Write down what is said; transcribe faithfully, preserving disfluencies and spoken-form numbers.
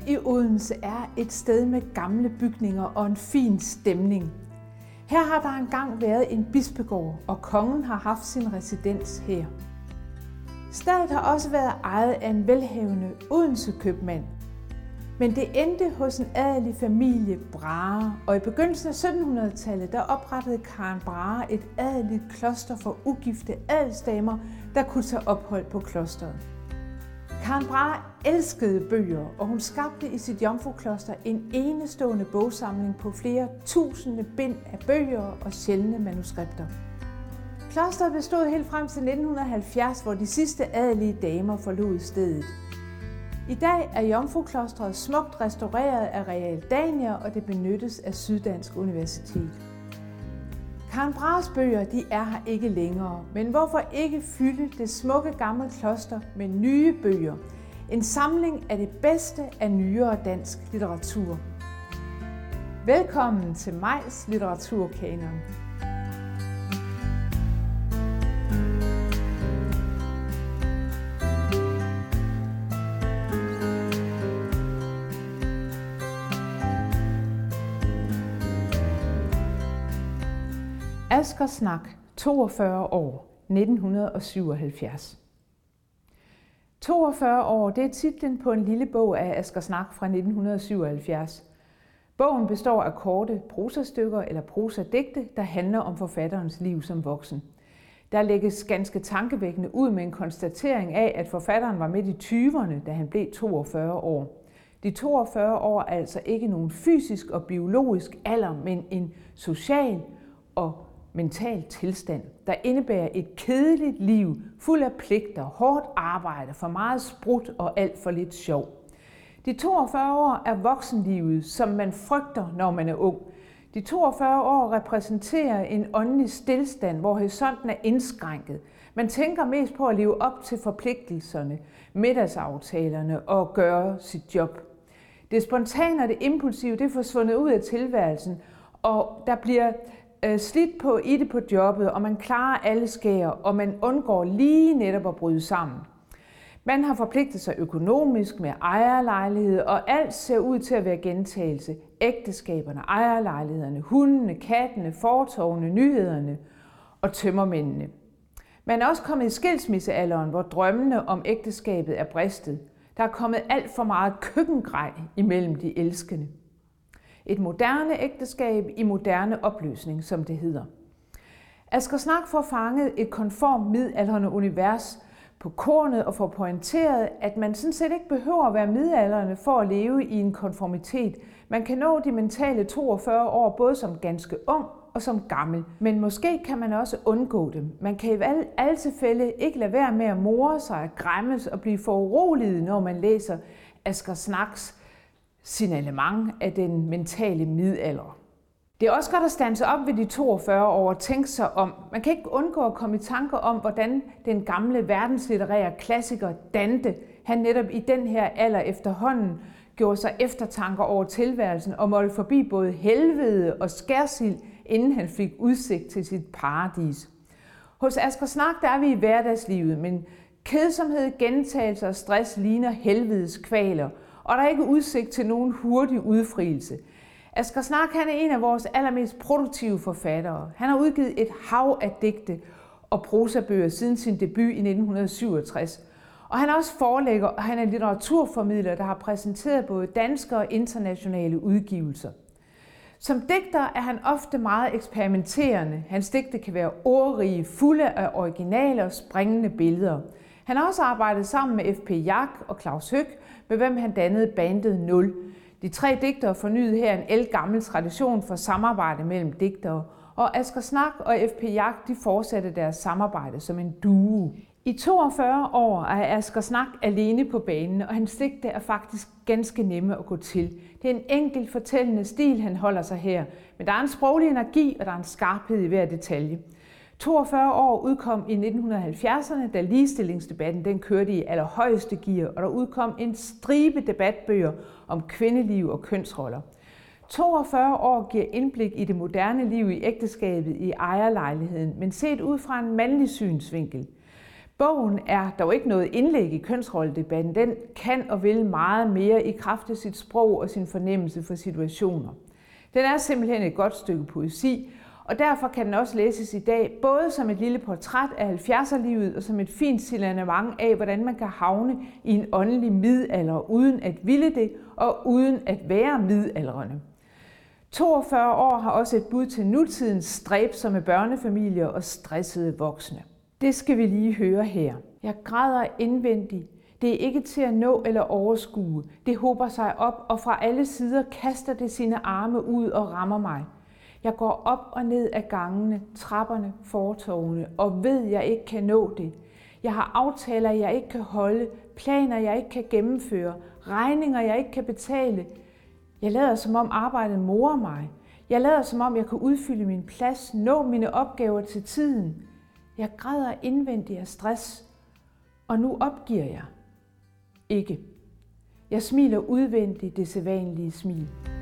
i Odense er et sted med gamle bygninger og en fin stemning. Her har der engang været en bispegård, og kongen har haft sin residens her. Stedet har også været ejet af en velhavende Odense-købmand. Men det endte hos en adelig familie Brahe, og i begyndelsen af syttenhundredetallet der oprettede Karen Brahe et adeligt kloster for ugifte adelsdamer, der kunne tage ophold på klosteret. Karen Brahe elskede bøger, og hun skabte i sit jomfrukloster en enestående bogsamling på flere tusinde bind af bøger og sjældne manuskripter. Klosteret bestod helt frem til nitten halvfjerds, hvor de sidste adelige damer forlod stedet. I dag er Jomfruklostret smukt restaureret af Realdania, og det benyttes af Syddansk Universitet. Karen Brahes bøger de er her ikke længere, men hvorfor ikke fylde det smukke gamle kloster med nye bøger? En samling af det bedste af nyere dansk litteratur. Velkommen til Majs litteraturkanon. Asger Schnack, toogfyrre år, nitten syvoghalvfjerds. toogfyrre år, det er titlen på en lille bog af Asger Schnack fra nitten syvoghalvfjerds. Bogen består af korte prosastykker eller prosadigte, der handler om forfatterens liv som voksen. Der lægges ganske tankevækkende ud med en konstatering af, at forfatteren var midt i tyverne, da han blev toogfyrre år. De toogfyrre år er altså ikke nogen fysisk og biologisk alder, men en social og mental tilstand, der indebærer et kedeligt liv, fuld af pligter, hårdt arbejde, for meget sprut og alt for lidt sjov. De toogfyrre år er voksenlivet, som man frygter, når man er ung. De toogfyrre år repræsenterer en åndelig stilstand, hvor horisonten er indskrænket. Man tænker mest på at leve op til forpligtelserne, middagsaftalerne og gøre sit job. Det spontane og det impulsive, det er forsvundet ud af tilværelsen, og der bliver slidt på i det på jobbet, og man klarer alle skær, og man undgår lige netop at bryde sammen. Man har forpligtet sig økonomisk med ejerlejlighed, og alt ser ud til at være gentagelse. Ægteskaberne, ejerlejlighederne, hundene, kattene, fortovene, nyhederne og tømmermændene. Man er også kommet i skilsmissealderen, hvor drømmene om ægteskabet er bristet. Der er kommet alt for meget køkkengrej imellem de elskende. Et moderne ægteskab i moderne opløsning, som det hedder. Asger Schnack får fanget et konformt midaldrende univers på kornet og får pointeret, at man sådan set ikke behøver at være midaldrende for at leve i en konformitet. Man kan nå de mentale toogfyrre år både som ganske ung og som gammel, men måske kan man også undgå dem. Man kan i alle tilfælde ikke lade være med at more sig, græmmes og blive foruroliget, når man læser Asger Schnacks signalement af den mentale middelalder. Det er også godt at standse op ved de toogfyrre år og tænke sig om. Man kan ikke undgå at komme i tanker om, hvordan den gamle verdenslitterære klassiker Dante, han netop i den her alder efterhånden gjorde sig eftertanker over tilværelsen og måtte forbi både helvede og skærsild, inden han fik udsigt til sit paradis. Hos Asger Schnack der er vi i hverdagslivet, men kedsomhed, gentagelser og stress ligner helvedes kvaler, og der er ikke udsigt til nogen hurtig udfrielse. Asger Schnack han er en af vores allermest produktive forfattere. Han har udgivet et hav af digte og prosabøger siden sin debut i nitten syvogtres. Og han er også forlægger, og han er litteraturformidler, der har præsenteret både danske og internationale udgivelser. Som digter er han ofte meget eksperimenterende. Hans digte kan være ordrige, fulde af originale og springende billeder. Han har også arbejdet sammen med F P Jak og Klaus Høck, med hvem han dannede bandet Nul. De tre digtere fornyede her en ældgammel tradition for samarbejde mellem digtere, og Asger Schnack og F P Jak de fortsatte deres samarbejde som en duo. I toogfyrre år er Asger Schnack alene på banen, og hans digte er faktisk ganske nemme at gå til. Det er en enkelt fortællende stil, han holder sig her, men der er en sproglig energi, og der er en skarphed i hver detalje. toogfyrre år udkom i nitten halvfjerdserne, da ligestillingsdebatten den kørte i allerhøjeste gear, og der udkom en stribe debatbøger om kvindeliv og kønsroller. toogfyrre år giver indblik i det moderne liv i ægteskabet i ejerlejligheden, men set ud fra en mandlig synsvinkel. Bogen er dog ikke noget indlæg i kønsrolledebatten. Den kan og vil meget mere i kraft af sit sprog og sin fornemmelse for situationer. Den er simpelthen et godt stykke poesi, og derfor kan den også læses i dag, både som et lille portræt af halvfjerdserlivet og som et fint signalement af, hvordan man kan havne i en åndelig middelalder uden at ville det og uden at være midaldrende. toogfyrre år har også et bud til nutidens stræbsomme børnefamilier og stressede voksne. Det skal vi lige høre her. Jeg græder indvendigt. Det er ikke til at nå eller overskue. Det hober sig op, og fra alle sider kaster det sine arme ud og rammer mig. Jeg går op og ned ad gangene, trapperne, fortovene, og ved, jeg ikke kan nå det. Jeg har aftaler, jeg ikke kan holde, planer, jeg ikke kan gennemføre, regninger, jeg ikke kan betale. Jeg lader som om arbejdet morer mig. Jeg lader som om jeg kan udfylde min plads, nå mine opgaver til tiden. Jeg græder indvendigt af stress, og nu opgiver jeg ikke. Jeg smiler udvendigt det sædvanlige smil.